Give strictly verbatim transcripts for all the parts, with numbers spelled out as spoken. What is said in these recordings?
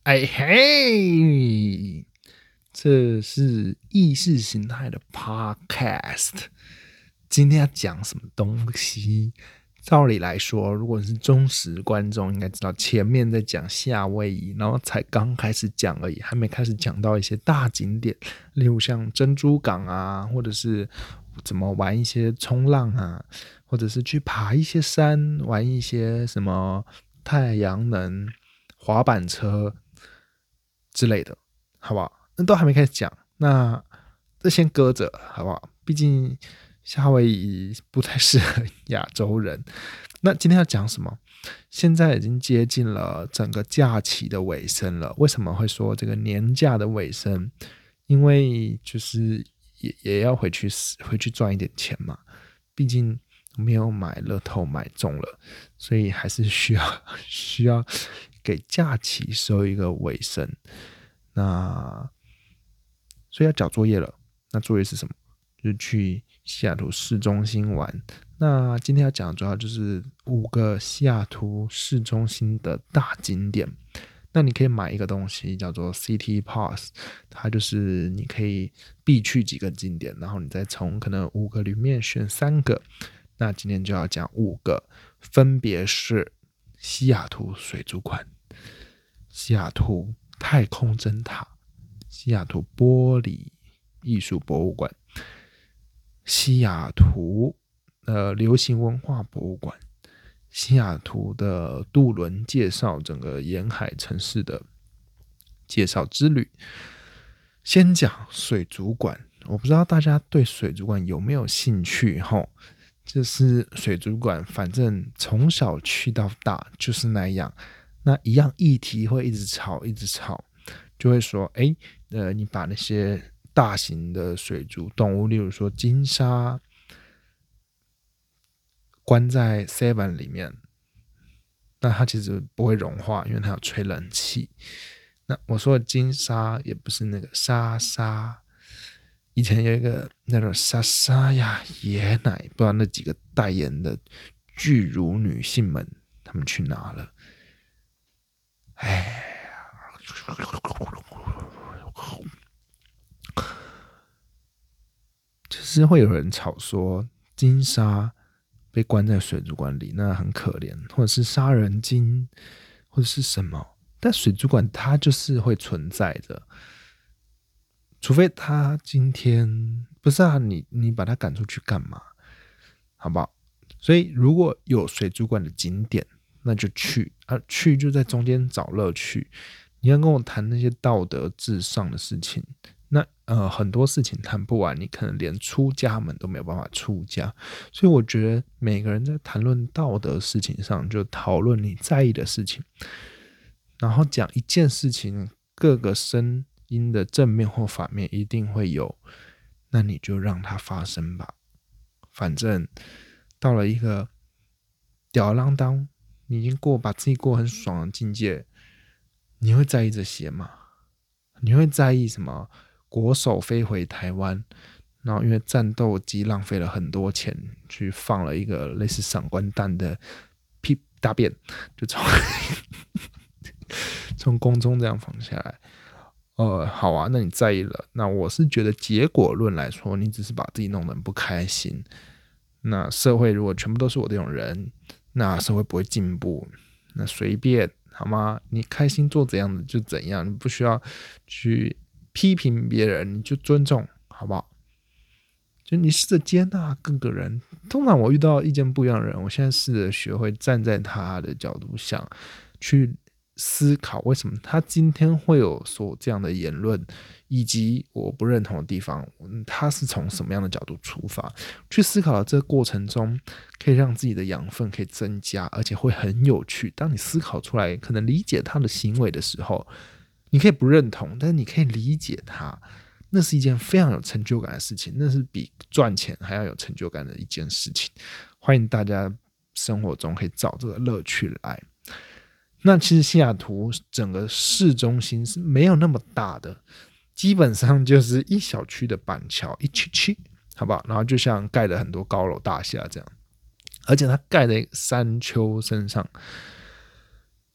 哎嘿，这是意识形态的 podcast。今天要讲什么东西？照理来说，如果是忠实观众，应该知道前面在讲夏威夷，然后才刚开始讲而已，还没开始讲到一些大景点，例如像珍珠港啊，或者是怎么玩一些冲浪啊，或者是去爬一些山，玩一些什么太阳能滑板车之类的，好不好？那都还没开始讲，那这先搁着，好不好？毕竟夏威夷不太适合亚洲人。那今天要讲什么？现在已经接近了整个假期的尾声了。为什么会说这个年假的尾声？因为就是也也要回去回去赚一点钱嘛。毕竟没有买乐透买中了，所以还是需要需要给假期收一个尾声。那所以要缴作业了。那作业是什么？就是去西雅图市中心玩。那今天要讲的主要就是五个西雅图市中心的大景点。那你可以买一个东西叫做 City Pass， 它就是你可以必去几个景点，然后你再从可能五个里面选三个。那今天就要讲五个，分别是西雅图水族馆、西雅图太空针塔、西雅图玻璃艺术博物馆、西雅图呃流行文化博物馆、西雅图的渡轮介绍整个沿海城市的介绍之旅。先讲水族馆，我不知道大家对水族馆有没有兴趣齁？就是水族馆，反正从小去到大就是那样，那一样议题会一直吵，一直吵，就会说，哎，呃，你把那些大型的水族动物，例如说金鲨，关在 Seven 里面，那它其实不会融化，因为它有吹冷气。那我说的金鲨也不是那个莎莎。以前有一个那种莎莎呀、椰奶，不知道那几个代言的巨乳女性们，她们去哪了？哎，就是会有人吵说金鲨被关在水族馆里，那很可怜，或者是杀人鲸，或者是什么？但水族馆它就是会存在的。除非他今天不是啊，你你把他赶出去干嘛？好不好？所以如果有水族馆的景点，那就去啊，去就在中间找乐趣。你要跟我谈那些道德至上的事情，那呃很多事情谈不完，你可能连出家门都没有办法出家。所以我觉得每个人在谈论道德事情上，就讨论你在意的事情，然后讲一件事情各个声音的正面或反面一定会有，那你就让它发生吧。反正到了一个吊儿郎当，你已经过把自己过很爽的境界，你会在意这些吗？你会在意什么？国手飞回台湾，然后因为战斗机浪费了很多钱，去放了一个类似闪光弹的屁大便，就从从空中这样放下来。呃，好啊，那你在意了。那我是觉得结果论来说，你只是把自己弄得很不开心。那社会如果全部都是我这种人，那社会不会进步。那随便好吗？你开心做怎样的就怎样，你不需要去批评别人，你就尊重，好不好？就你试着接纳各个人。通常我遇到意见不一样的人，我现在试着学会站在他的角度想，去思考为什么他今天会有所这样的言论，以及我不认同的地方，他是从什么样的角度出发，去思考的这个过程中，可以让自己的养分可以增加，而且会很有趣。当你思考出来，可能理解他的行为的时候，你可以不认同，但是你可以理解他，那是一件非常有成就感的事情，那是比赚钱还要有成就感的一件事情。欢迎大家生活中可以找这个乐趣来。那其实西雅图整个市中心是没有那么大的，基本上就是一小区的板桥，一区区，好不好？然后就像盖了很多高楼大厦这样，而且它盖在山丘身上，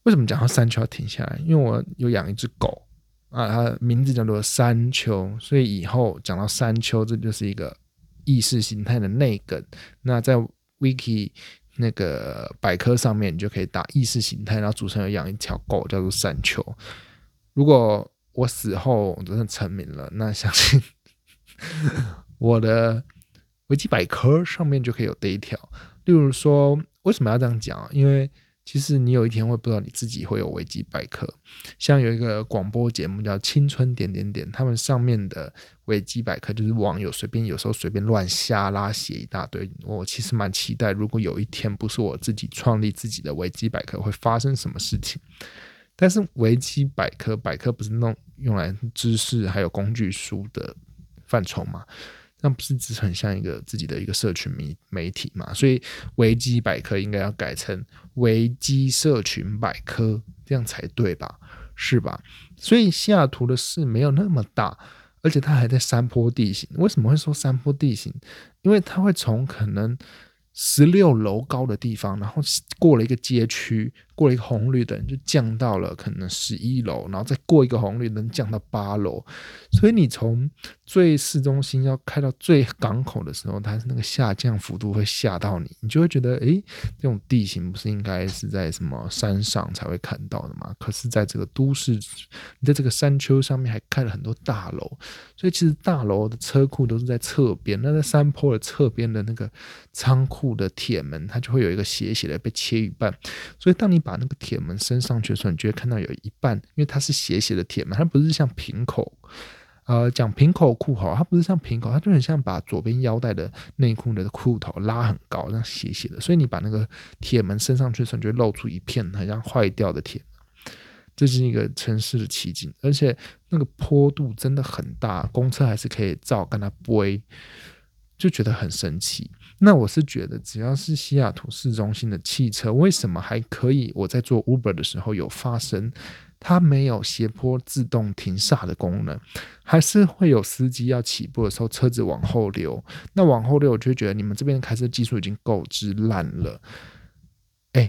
为什么讲到山丘要停下来？因为我有养一只狗啊，它的名字叫做山丘，所以以后讲到山丘，这就是一个意识形态的内梗。那在 Wiki 那个百科上面，你就可以打意识形态，然后主持人有养一条狗叫做山丘。如果我死后真的成名了，那相信我的维基百科上面就可以有这一条。例如说，为什么要这样讲？因为其实你有一天会不知道你自己会有维基百科。像有一个广播节目叫青春点点点，他们上面的维基百科就是网友随便有时候随便乱瞎拉写一大堆。我其实蛮期待，如果有一天不是我自己创立自己的维基百科，会发生什么事情。但是维基百科百科不是那种用来知识还有工具书的范畴吗？那不是只很像一个自己的一个社群媒体嘛？所以维基百科应该要改成维基社群百科，这样才对吧？是吧？所以西雅图的市没有那么大，而且它还在山坡地形。为什么会说山坡地形？因为它会从可能十六楼高的地方，然后过了一个街区，过了一个红绿灯，就降到了可能十一楼，然后再过一个红绿灯降到八楼。所以你从最市中心要开到最港口的时候，它是那个下降幅度会吓到你，你就会觉得，诶，这种地形不是应该是在什么山上才会看到的吗？可是在这个都市，你在这个山丘上面还开了很多大楼，所以其实大楼的车库都是在侧边，那在山坡的侧边的那个仓库的铁门，它就会有一个斜斜的被切一半，所以当你把那个铁门升上去的时候，你就会看到有一半，因为它是斜斜的铁门，它不是像平口。呃，讲平口裤好，它不是像平口，它就很像把左边腰带的内裤的裤头拉很高，这样斜斜的。所以你把那个铁门升上去的时候，你就会露出一片很像坏掉的铁门。这是一个城市的奇景，而且那个坡度真的很大，公车还是可以照跟它飞，就觉得很神奇。那我是觉得，只要是西雅图市中心的汽车，为什么还可以？我在做 Uber 的时候有发生。它没有斜坡自动停刹的功能，还是会有司机要起步的时候车子往后溜。那往后溜，我就会觉得你们这边的开车技术已经够之烂了。哎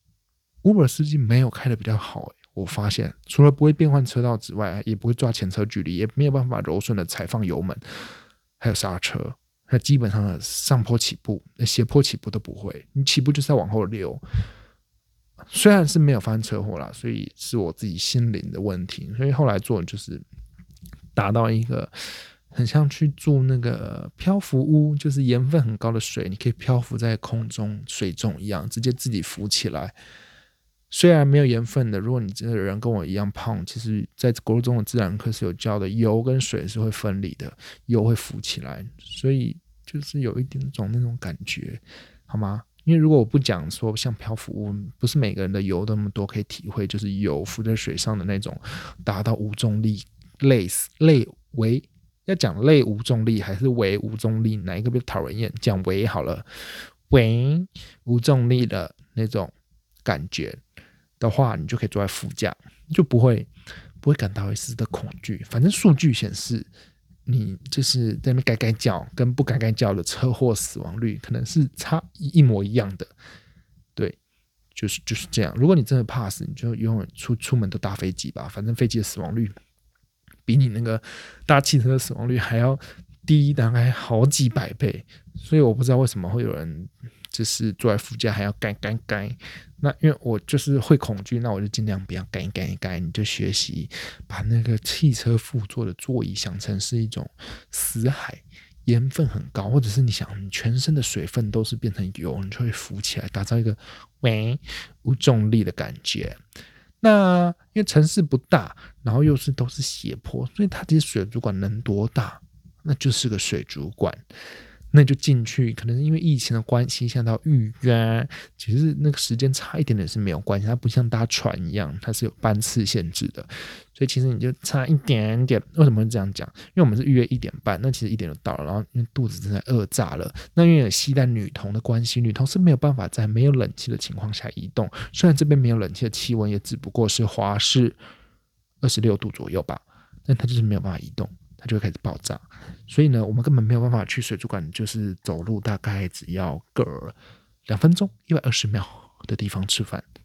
，Uber 司机没有开的比较好、欸，我发现除了不会变换车道之外，也不会抓前车距离，也没有办法柔顺的踩放油门，还有刹车。那基本上的上坡起步、斜坡起步都不会，你起步就是要往后溜。虽然是没有发生车祸啦，所以是我自己心灵的问题，所以后来做就是达到一个很像去住那个漂浮屋，就是盐分很高的水，你可以漂浮在空中水中一样，直接自己浮起来。虽然没有盐分的，如果你这个人跟我一样胖，其实在国中的自然课是有教的，油跟水是会分离的，油会浮起来，所以就是有一点种那种感觉，好吗？因为如果我不讲说像漂浮物，不是每个人的油那么多可以体会，就是油浮在水上的那种达到无重力类似类为要讲类无重力还是为无重力，哪一个比较讨人厌？讲为好了，为无重力的那种感觉的话，你就可以坐在副驾，就不会不会感到一丝的恐惧。反正数据显示。你就是在那边该该叫跟不该该叫的车祸死亡率可能是差一模一样的，对，就是就是这样。如果你真的怕死，你就永远出出门都搭飞机吧，反正飞机的死亡率比你那个搭汽车的死亡率还要低大概好几百倍，所以我不知道为什么会有人就是坐在副驾还要该该该。那因为我就是会恐惧，那我就尽量不要该该该。你就学习把那个汽车副座的座椅想成是一种死海，盐分很高，或者是你想你全身的水分都是变成油，你就会浮起来，打造一个喂无重力的感觉。那因为城市不大，然后又是都是斜坡，所以它其实水族馆能多大？那就是个水族馆。那你就进去，可能是因为疫情的关系，现在要预约，其实那个时间差一点点是没有关系，它不像搭船一样，它是有班次限制的，所以其实你就差一点点。为什么会这样讲？因为我们是预约一点半，那其实一点就到了，然后因为肚子真的饿炸了，那因为有携带女童的关系，女童是没有办法在没有冷气的情况下移动，虽然这边没有冷气的气温，也只不过是华氏二十六度左右吧，但它就是没有办法移动。它就会开始爆炸，所以呢，我们根本没有办法去水族馆，就是走路大概只要个两分钟、一百二十秒的地方吃饭，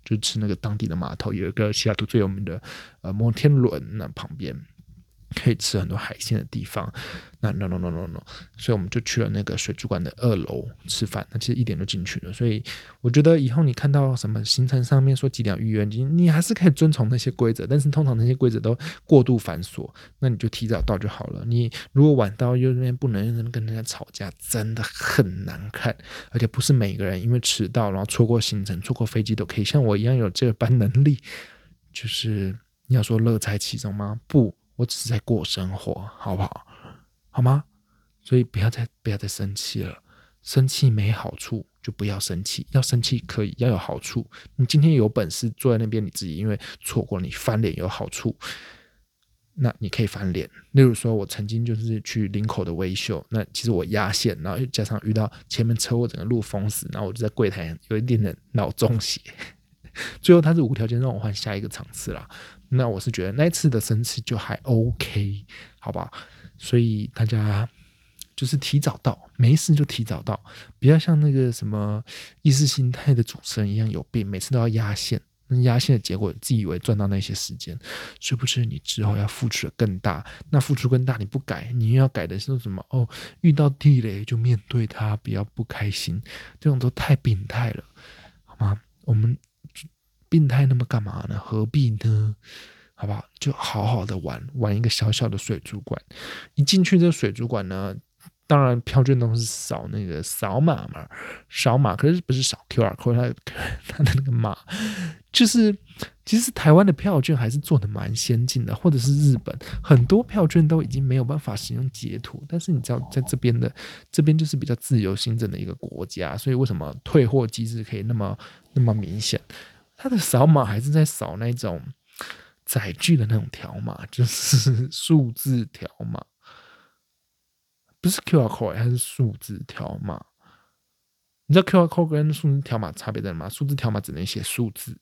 就是吃那个当地的码头，有一个西雅图最有名的呃摩天轮，那旁边可以吃很多海鲜的地方。那 no no no no no， 所以我们就去了那个水族馆的二楼吃饭。那其实一点就进去了，所以我觉得以后你看到什么行程上面说几点预约，你你还是可以遵从那些规则，但是通常那些规则都过度繁琐，那你就提早到就好了。你如果晚到又那边不能跟人家吵架，真的很难看。而且不是每个人因为迟到然后错过行程错过飞机都可以像我一样有这般能力。就是你要说乐在其中吗？不，我只是在过生活，好不好？好吗？所以不要再不要再生气了，生气没好处就不要生气，要生气可以，要有好处。你今天有本事坐在那边，你自己因为错过你翻脸有好处，那你可以翻脸。例如说我曾经就是去林口的微秀，那其实我压线，然后又加上遇到前面车祸整个路封死，然后我就在柜台有一点点脑中血，最后他是无条件让我换下一个场次啦。那我是觉得那一次的生气就还 OK， 好吧？所以大家就是提早到，没事就提早到，不要像那个什么意识形态的主持人一样有病，每次都要压线。那压线的结果自以为赚到那些时间，是不是你之后要付出的更大？那付出更大你不改，你又要改的是什么？哦，遇到地雷就面对它，不要不开心，这种都太病态了，好吗？我们病态那么干嘛呢？何必呢？好不好？就好好的玩玩一个小小的水族馆。一进去这个水族馆呢，当然票券都是扫那个扫码嘛，扫码，可是不是扫 Q R code， 它它的那个码，就是其实台湾的票券还是做的蛮先进的，或者是日本很多票券都已经没有办法使用截图，但是你知道在这边的这边就是比较自由行政的一个国家，所以为什么退货机制可以那么那么明显？它的扫码还是在扫那种载具的那种条码，就是数字条码，不是 Q R code， 它是数字条码。你知道 Q R code 跟数字条码差别在哪吗？数字条码只能写数字，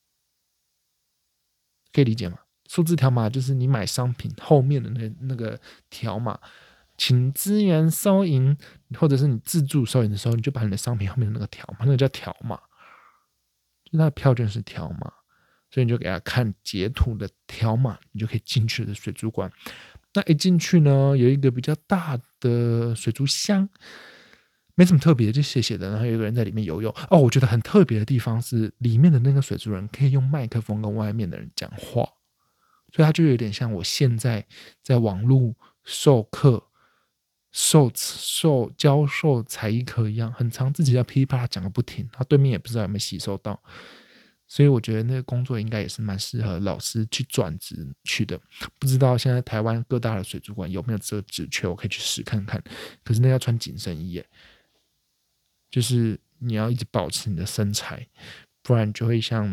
可以理解吗？数字条码就是你买商品后面的那那个条码，请支援收银，或者是你自助收银的时候，你就把你的商品后面的那个条码，那个叫条码，就它的票券是条码。所以你就给他看截图的条码，你就可以进去的水族馆。那一进去呢，有一个比较大的水族箱，没什么特别，就斜斜的，然后有一个人在里面游泳。哦，我觉得很特别的地方是，里面的那个水族人可以用麦克风跟外面的人讲话，所以他就有点像我现在在网络授课、授授教授才艺课一样，很常自己在噼里啪啦讲个不停，他对面也不知道有没有吸收到。所以我觉得那个工作应该也是蛮适合老师去转职去的。不知道现在台湾各大的水族馆有没有这个职缺，我可以去试看看。可是那要穿紧身衣耶，就是你要一直保持你的身材，不然就会像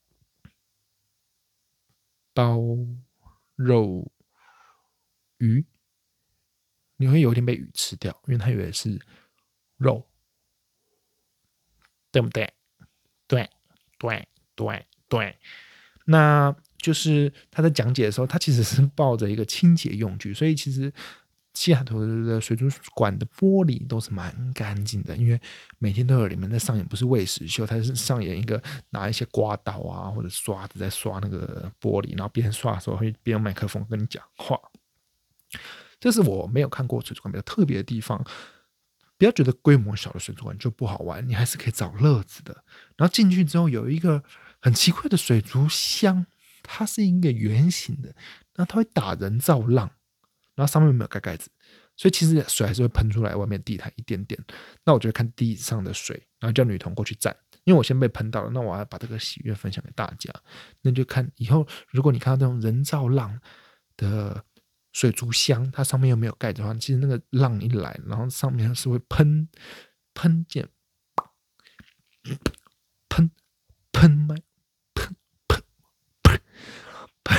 包肉鱼，你会有一天被鱼吃掉，因为它以为是肉，对不对？对对对对，那就是他在讲解的时候，他其实是抱着一个清洁用具，所以其实西雅图的水族馆的玻璃都是蛮干净的，因为每天都有人们在上演不是喂食秀，他是上演一个拿一些刮刀啊或者刷子在刷那个玻璃，然后边刷的时候会边用麦克风跟你讲话。这是我没有看过水族馆比较特别的地方。不要觉得规模小的水族馆就不好玩，你还是可以找乐子的。然后进去之后有一个很奇怪的水族箱，它是一个圆形的，然后它会打人造浪，然后上面没有盖盖子，所以其实水还是会喷出来外面地毯一点点。那我就看地上的水，然后叫女童过去站，因为我先被喷到了，那我要把这个喜悦分享给大家。那就看以后如果你看到这种人造浪的水族箱，它上面又没有盖的话，其实那个浪一来，然后上面是会喷喷溅，喷喷麦，喷喷喷喷，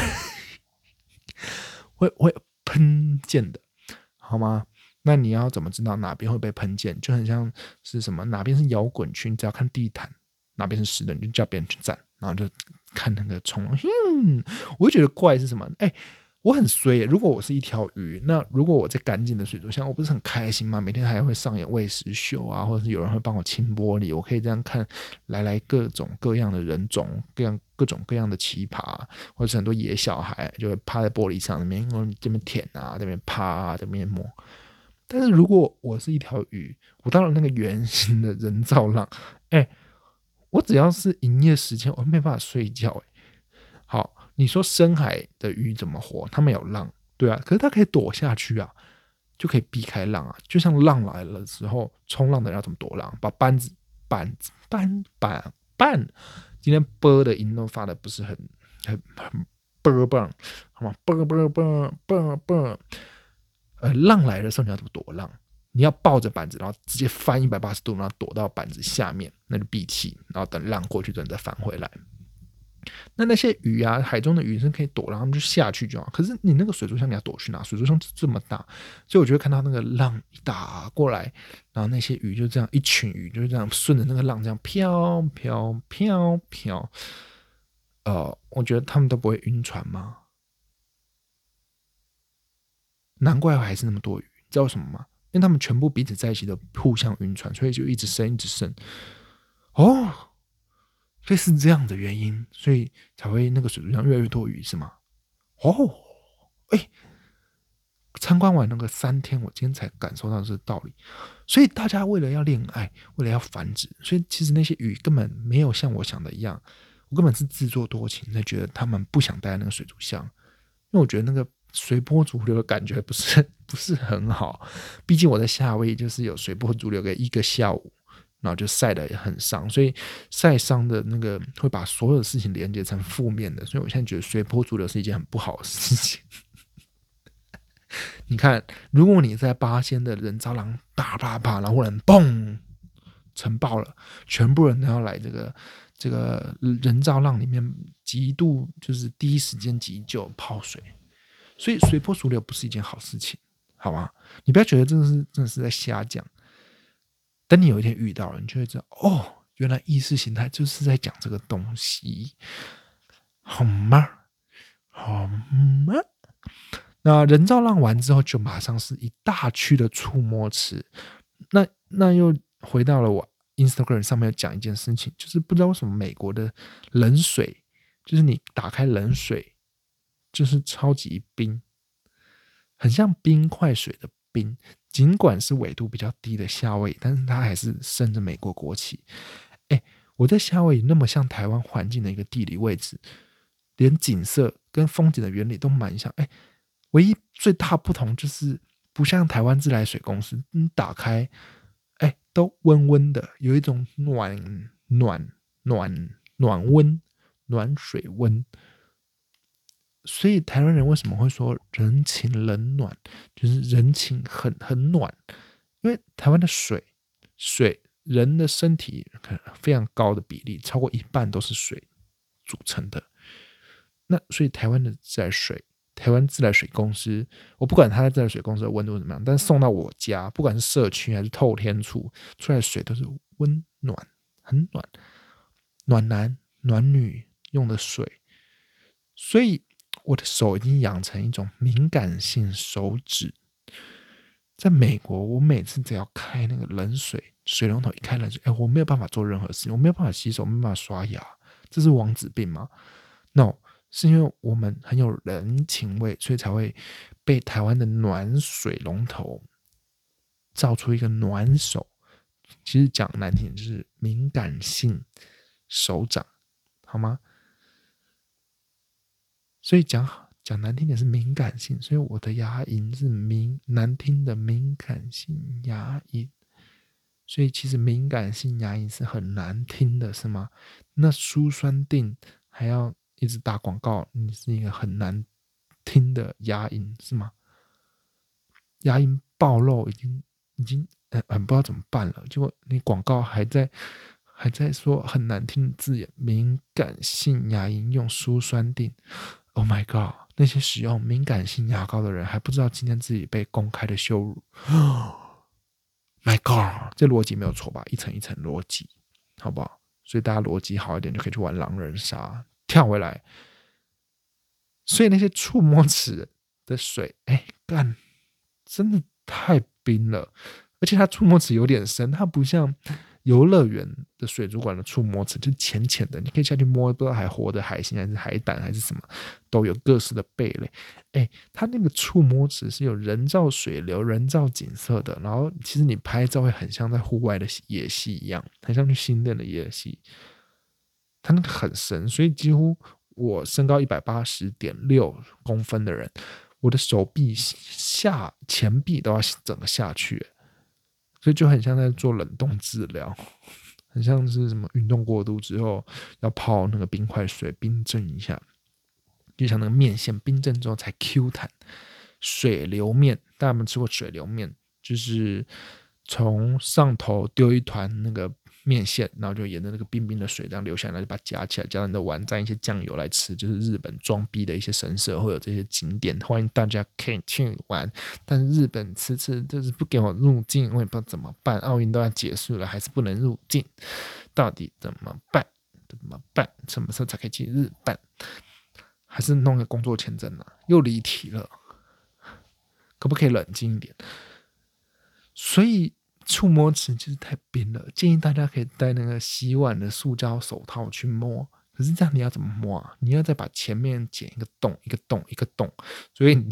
会会喷溅的，好吗？那你要怎么知道哪边会被喷溅？就很像是什么，哪边是摇滚区，你只要看地毯，哪边是湿的，你就叫别人去站，然后就看那个冲浪。嗯，我会觉得怪是什么？哎、欸。 我很衰耶，如果我是一条鱼，那如果我在干净的水族箱，我不是很开心吗？每天还会上演喂食秀啊，或者是有人会帮我清玻璃，我可以这样看来来各种各样的人种，各样各种各样的奇葩，或者是很多野小孩就会趴在玻璃上那边，这边舔啊，这边趴啊，这边摸。但是如果我是一条鱼，我到了那个圆形的人造浪，哎、欸，我只要是营业时间，我没办法睡觉、欸，好。你说深海的鱼怎么活？它们有浪，对啊，可是它可以躲下去啊，就可以避开浪啊。就像浪来了之后，冲浪的人要怎么躲浪？把扳子、板子、扳板、板，今天啵的音都发的不是很很很啵啵，好吗？啵啵啵啵啵。呃，浪来的时候你要怎么躲浪？你要抱着板子，然后直接翻一百八十度，然后躲到板子下面，那就闭气，然后等浪过去，等再翻回来。那那些鱼啊，海中的鱼是可以躲，然后他们就下去就好。可是你那个水族箱你要躲去哪？水族箱这么大，所以我就会看到那个浪一打过来，然后那些鱼就这样一群鱼就是这样顺着那个浪这样飘飘飘飘。呃，我觉得他们都不会晕船吗？难怪还是那么多鱼，知道为什么吗？因为他们全部彼此在一起都互相晕船，所以就一直生一直生。哦。所以是这样的原因，所以才会那个水族箱越来越多鱼是吗？哦，哎、欸，参观完那个三天，我今天才感受到这个道理。所以大家为了要恋爱，为了要繁殖，所以其实那些鱼根本没有像我想的一样，我根本是自作多情，才觉得他们不想待在那个水族箱，因为我觉得那个随波逐流的感觉不是不是很好。毕竟我在夏威夷就是有随波逐流个一个下午。然后就晒得也很伤，所以晒伤的那个会把所有的事情连接成负面的，所以我现在觉得随波逐流是一件很不好的事情。你看，如果你在八仙的人造浪啪啪啪，然后忽然嘣沉爆了，全部人都要来这个这个人造浪里面极度就是第一时间急救泡水，所以随波逐流不是一件好事情，好吗？你不要觉得这个是真的是在瞎讲。等你有一天遇到了，你就会知道，哦，原来意识形态就是在讲这个东西，好吗？好吗？那人造浪完之后，就马上是一大区的触摸池。那那又回到了我 Instagram 上面讲一件事情，就是不知道为什么美国的冷水，就是你打开冷水，就是超级冰，很像冰块水的冰。尽管是纬度比较低的夏威夷，但是它还是升着美国国旗。哎，我在夏威夷那么像台湾环境的一个地理位置，连景色跟风景的原理都蛮像。哎，唯一最大不同就是不像台湾自来水公司，你打开，哎，都温温的，有一种暖暖暖暖温暖水温。所以台湾人为什么会说人情冷暖，就是人情很很暖，因为台湾的水水人的身体非常高的比例，超过一半都是水组成的。那所以台湾的自来水，台湾自来水公司，我不管它在自来水公司的温度怎么样，但是送到我家，不管是社区还是透天处出来的水都是温暖，很暖，暖男暖女用的水，所以我的手已经养成一种敏感性手指。在美国，我每次只要开那个冷水水龙头，一开冷水，哎，我没有办法做任何事情，我没有办法洗手，没有办法刷牙，这是王子病吗 ？No， 是因为我们很有人情味，所以才会被台湾的暖水龙头造出一个暖手。其实讲难听就是敏感性手掌，好吗？所以讲讲难听点是敏感性，所以我的牙龈是敏难听的敏感性牙龈，所以其实敏感性牙龈是很难听的，是吗？那舒酸定还要一直打广告，你是一个很难听的牙龈，是吗？牙龈暴露已经已经很很不知道怎么办了，结果你广告还在还在说很难听的字眼，敏感性牙龈用舒酸定。Oh my god！ 那些使用敏感性牙膏的人还不知道今天自己被公开的羞辱。My god！ 这逻辑没有错吧？一层一层逻辑，好不好？所以大家逻辑好一点，就可以去玩狼人杀，跳回来。所以那些触摸池的水，哎，干，真的太冰了，而且它触摸池有点深，它不像游乐园的水族馆的触摸池，就浅浅的，你可以下去摸，不知道还活的海星还是海胆还是什么，都有各式的贝类。哎，它那个触摸池是有人造水流、人造景色的，然后其实你拍照会很像在户外的野溪一样，很像去新店的野溪。它那个很深，所以几乎我身高一百八十点六公分的人，我的手臂下前臂都要整个下去，所以就很像在做冷冻治疗，很像是什么运动过度之后要泡那个冰块水冰镇一下，就像那个面线冰镇之后才 Q 弹。水流面，大家有没有吃过水流面？就是从上头丢一团那个面线，然后就沿着那个冰冰的水这样流下来，就把它夹起来，加上你的碗蘸一些酱油来吃，就是日本装逼的一些神社会有这些景点，欢迎大家可以去玩。但是日本迟迟就是不给我入境，我也不知道怎么办。奥运都要结束了，还是不能入境，到底怎么办？怎么办？什么时候才可以去日本？还是弄个工作签证呢、啊？又离题了，可不可以冷静一点？所以触摸池就是太冰了，建议大家可以戴那个洗碗的塑胶手套去摸。可是这样你要怎么摸啊？你要再把前面剪一个洞，一个洞，一个洞。所以你，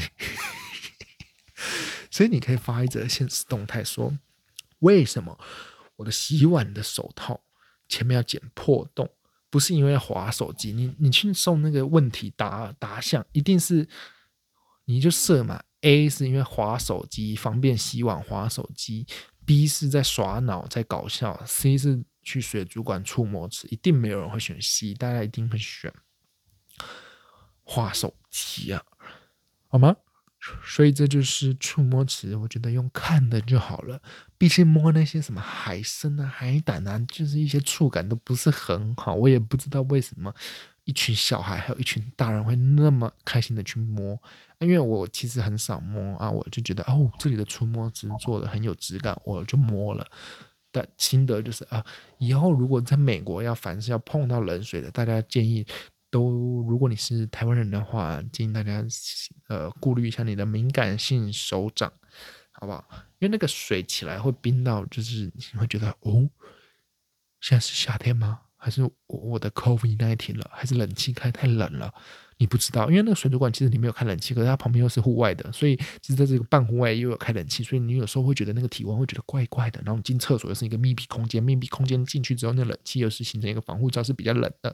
所以你可以发一则限时动态说，为什么我的洗碗的手套前面要剪破洞？不是因为滑手机，你你去送那个问题答答项，一定是你就设嘛。A 是因为滑手机方便洗碗滑手机 ，B 是在耍脑在搞笑 ，C 是去水族馆触摸池，一定没有人会选 C， 大家一定会选滑手机啊，好吗？所以这就是触摸池，我觉得用看的就好了。毕竟摸那些什么海参啊、海胆啊，就是一些触感都不是很好。我也不知道为什么一群小孩还有一群大人会那么开心的去摸，因为我其实很少摸啊，我就觉得哦，这里的触摸池做的很有质感，我就摸了。但心得就是啊，以后如果在美国要凡是要碰到冷水的，大家建议。都，如果你是台湾人的话，建议大家呃顾虑一下你的敏感性手掌，好不好？因为那个水起来会冰到，就是你会觉得哦，现在是夏天吗？还是我我的 COVID 十九 了？还是冷气开太冷了？你不知道，因为那个水族馆其实你没有开冷气，可是它旁边又是户外的，所以其实在这个半户外又有开冷气，所以你有时候会觉得那个体温会觉得怪怪的。然后你进厕所又是一个密闭空间，密闭空间进去之后，那冷气又是形成一个防护罩，是比较冷的。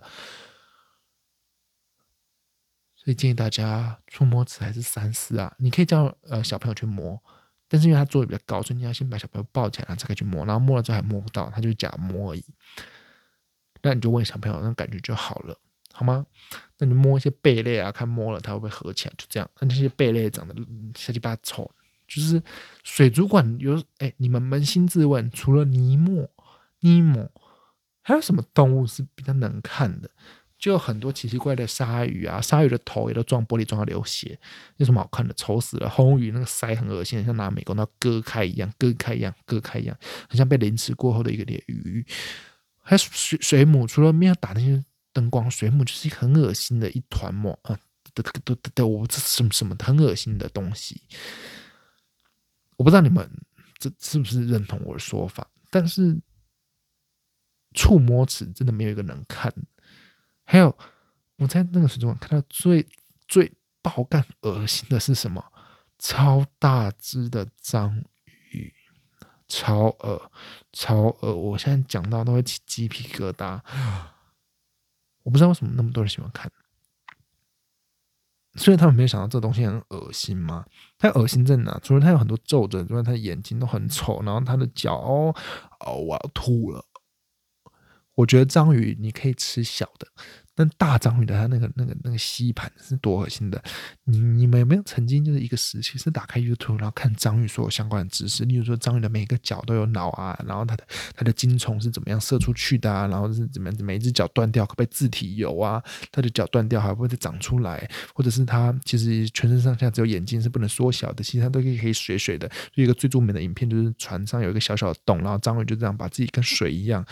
所以建议大家触摸池还是三思啊！你可以叫呃小朋友去摸，但是因为他座位比较高，所以你要先把小朋友抱起来，然后才可以去摸。然后摸了之后还摸不到，他就是假摸而已。那你就问小朋友，那感觉就好了，好吗？那你摸一些贝类啊，看摸了它会不会合起来，就这样。那些贝类长得瞎鸡巴丑，就是水族馆有哎，你们扪心自问，除了尼莫、尼莫，还有什么动物是比较能看的？就有很多奇奇怪的鲨鱼啊，鲨鱼的头也都撞玻璃撞到流血，有什么好看的？丑死了！红鱼那个腮很恶心，像拿美工刀割开一样，割开一样，割开一样，很像被凌迟过后的一个鲢鱼。还有水水母，除了没有打那些灯光，水母就是很恶心的一团沫啊！的的的的，我这什么什么很恶心的东西，我不知道你们这是不是认同我的说法，但是触摸池真的没有一个能看。还有，我在那个水族馆看到最最爆干恶心的是什么？超大只的章鱼，超恶，超恶！我现在讲到都会起鸡皮疙瘩。我不知道为什么那么多人喜欢看，所以他们没有想到这东西很恶心吗？它恶心在哪？除了它有很多皱褶之外，它的眼睛都很丑，然后它的脚哦，哦我要吐了。我觉得章鱼你可以吃小的，但大章鱼的它那个那个那个吸盘是多恶心的。你你们有没有曾经就是一个时期是打开 YouTube 然后看章鱼所有相关的知识，例如说章鱼的每个角都有脑啊，然后它的它的精虫是怎么样射出去的啊，然后是怎么样每一只脚断掉可不可以自体游啊，它的脚断掉还会不会再长出来，或者是它其实全身上下只有眼睛是不能缩小的，其实它都可以可以水水的。有一个最著名的影片就是船上有一个小小的洞，然后章鱼就这样把自己跟水一样。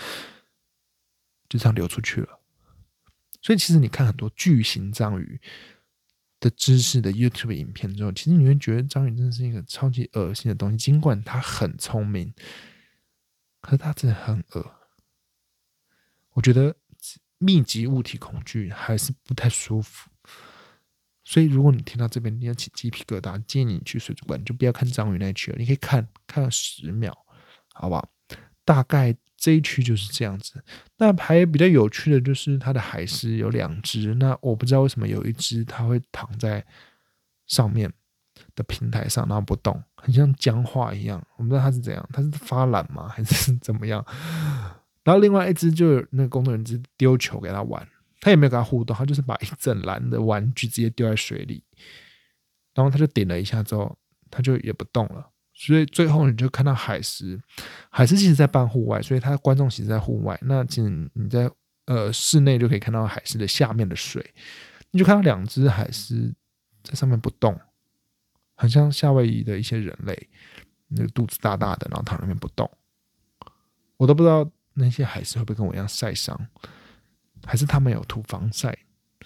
就这样流出去了。所以其实你看很多巨型章鱼的知识的 YouTube 影片之后，其实你会觉得章鱼真的是一个超级恶心的东西。尽管他很聪明，可是他真的很恶。我觉得密集物体恐惧还是不太舒服。所以如果你听到这边你要起鸡皮疙瘩，建议你去水族馆，你就不要看章鱼那一区了，你可以看看十秒，好不好？大概这一区就是这样子。那还比较有趣的就是它的海狮有两只，那我不知道为什么有一只它会躺在上面的平台上，然后不动，很像僵化一样。我不知道它是怎样，它是发懒吗，还是怎么样？然后另外一只就有那个工作人员丢球给他玩。他也没有跟他互动，他就是把一整篮的玩具直接丢在水里，然后他就点了一下之后，他就也不动了。所以最后你就看到海狮，海狮其实在半户外，所以他观众其实在户外。那其实你在呃室内就可以看到海狮的下面的水，你就看到两只海狮在上面不动，很像夏威夷的一些人类，那个肚子大大的，然后躺在那边不动。我都不知道那些海狮会不会跟我一样晒伤。还是他们有涂防晒，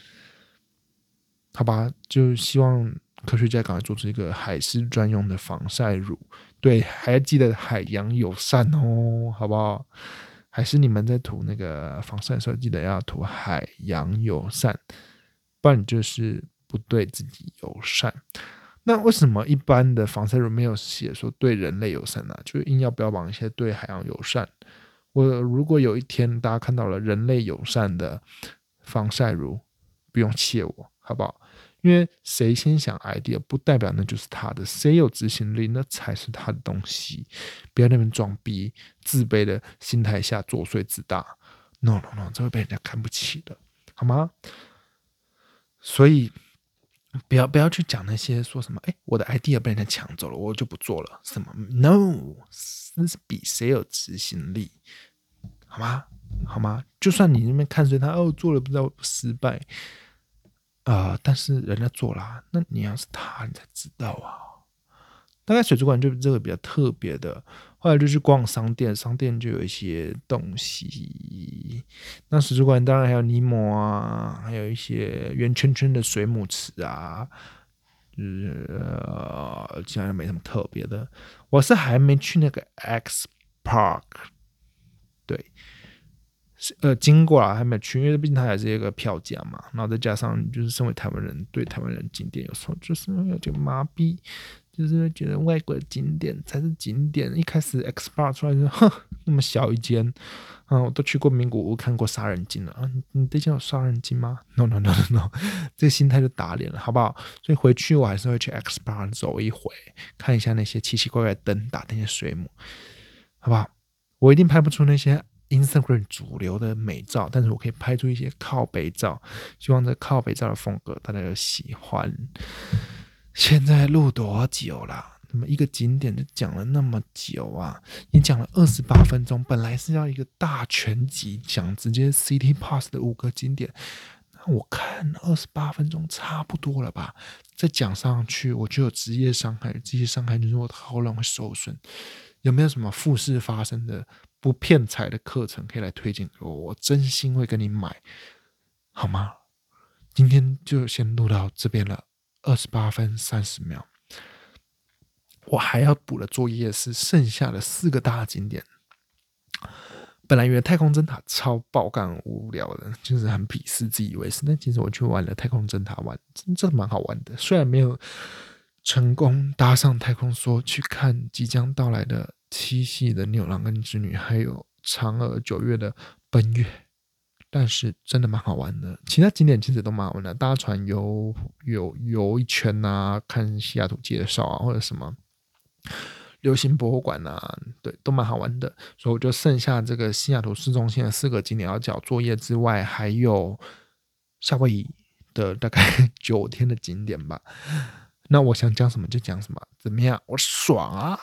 好吧？就希望科学家赶快做出一个海狮专用的防晒乳。对，还要记得海洋友善哦，好不好？还是你们在涂那个防晒的时候，记得要涂海洋友善，不然你就是不对自己友善。那为什么一般的防晒乳没有写说对人类友善呢、啊？就硬要标榜一些对海洋友善。我如果有一天大家看到了人类友善的防晒乳，不用谢我，好不好？因为谁先想 idea 不代表那就是他的，谁有执行力那才是他的东西。不要在那边装逼，自卑的心态下作祟自大。No no no， 这会被人家看不起的，好吗？所以不要不要去讲那些说什么，哎，我的 idea 被人家抢走了，我就不做了。什么 ？No， 那是比谁有执行力。好吗？好吗？就算你那边看随他，哦，做了不知道失败，啊、呃，但是人家做了、啊，那你要是他，你才知道啊。大概水族馆就这个比较特别的，后来就去逛商店，商店就有一些东西。那水族馆当然还有尼莫啊，还有一些圆圈圈的水母池啊，就是呃，其他没什么特别的。我是还没去那个 X Park。对，呃，经过了还没有去，因为毕竟它还是一个票价嘛，然后再加上就是身为台湾人，对台湾人景点有时候就是有点麻痹，就是会觉得外国的景点才是景点。一开始 X Park 出来就哼，那么小一间，啊，我都去过名古屋看过杀人鲸了啊，你这间有杀人鲸吗 ？No No No No No， 这个心态就打脸了，好不好？所以回去我还是会去 X Park 走一回，看一下那些奇奇怪怪的灯打那些水母，好不好？我一定拍不出那些 Instagram 主流的美照，但是我可以拍出一些靠北照，希望这靠北照的风格大家有喜欢。现在录多久了？那么一个景点就讲了那么久啊，你讲了二十八分钟，本来是要一个大全集讲直接 City Pass 的五个景点，那我看二十八分钟差不多了吧？再讲上去我就有职业伤害，职业伤害就是我的喉咙会受损。有没有什么复试发生的不骗财的课程可以来推荐给我？我真心会跟你买，好吗？今天就先录到这边了，二十八分三十秒。我还要补的作业是剩下的四个大景点。本来以为太空针塔超爆干无聊的，就是很鄙视自以为是，但其实我去玩了太空针塔玩，真的蛮好玩的。虽然没有成功搭上太空梭去看即将到来的七夕的牛郎跟织女，还有嫦娥九月的奔月，但是真的蛮好玩的。其他景点其实都蛮好玩的，搭船游游游一圈啊，看西雅图介绍啊，或者什么流行博物馆啊，对，都蛮好玩的。所以我就剩下这个西雅图市中心的四个景点要交作业之外，还有夏威夷的大概九天的景点吧。那我想讲什么就讲什么，怎么样？我爽啊！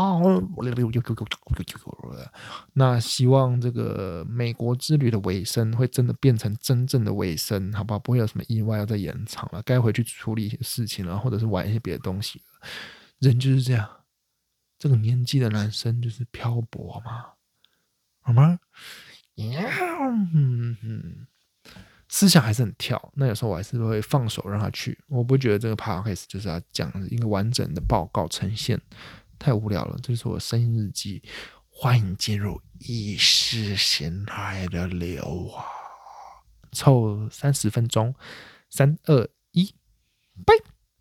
那希望这个美国之旅的尾声会真的变成真正的尾声，好不好？不会有什么意外要再延长了，该回去处理一些事情了，或者是玩一些别的东西了。人就是这样，这个年纪的男生就是漂泊嘛，好吗？嗯嗯。 思想还是很跳。那有时候我还是会放手让他去，我不会觉得这个 podcast 就是要讲一个完整的报告呈现，太无聊了。这是我声音日记，欢迎进入意识形态的流啊！凑三十分钟，三二一，拜。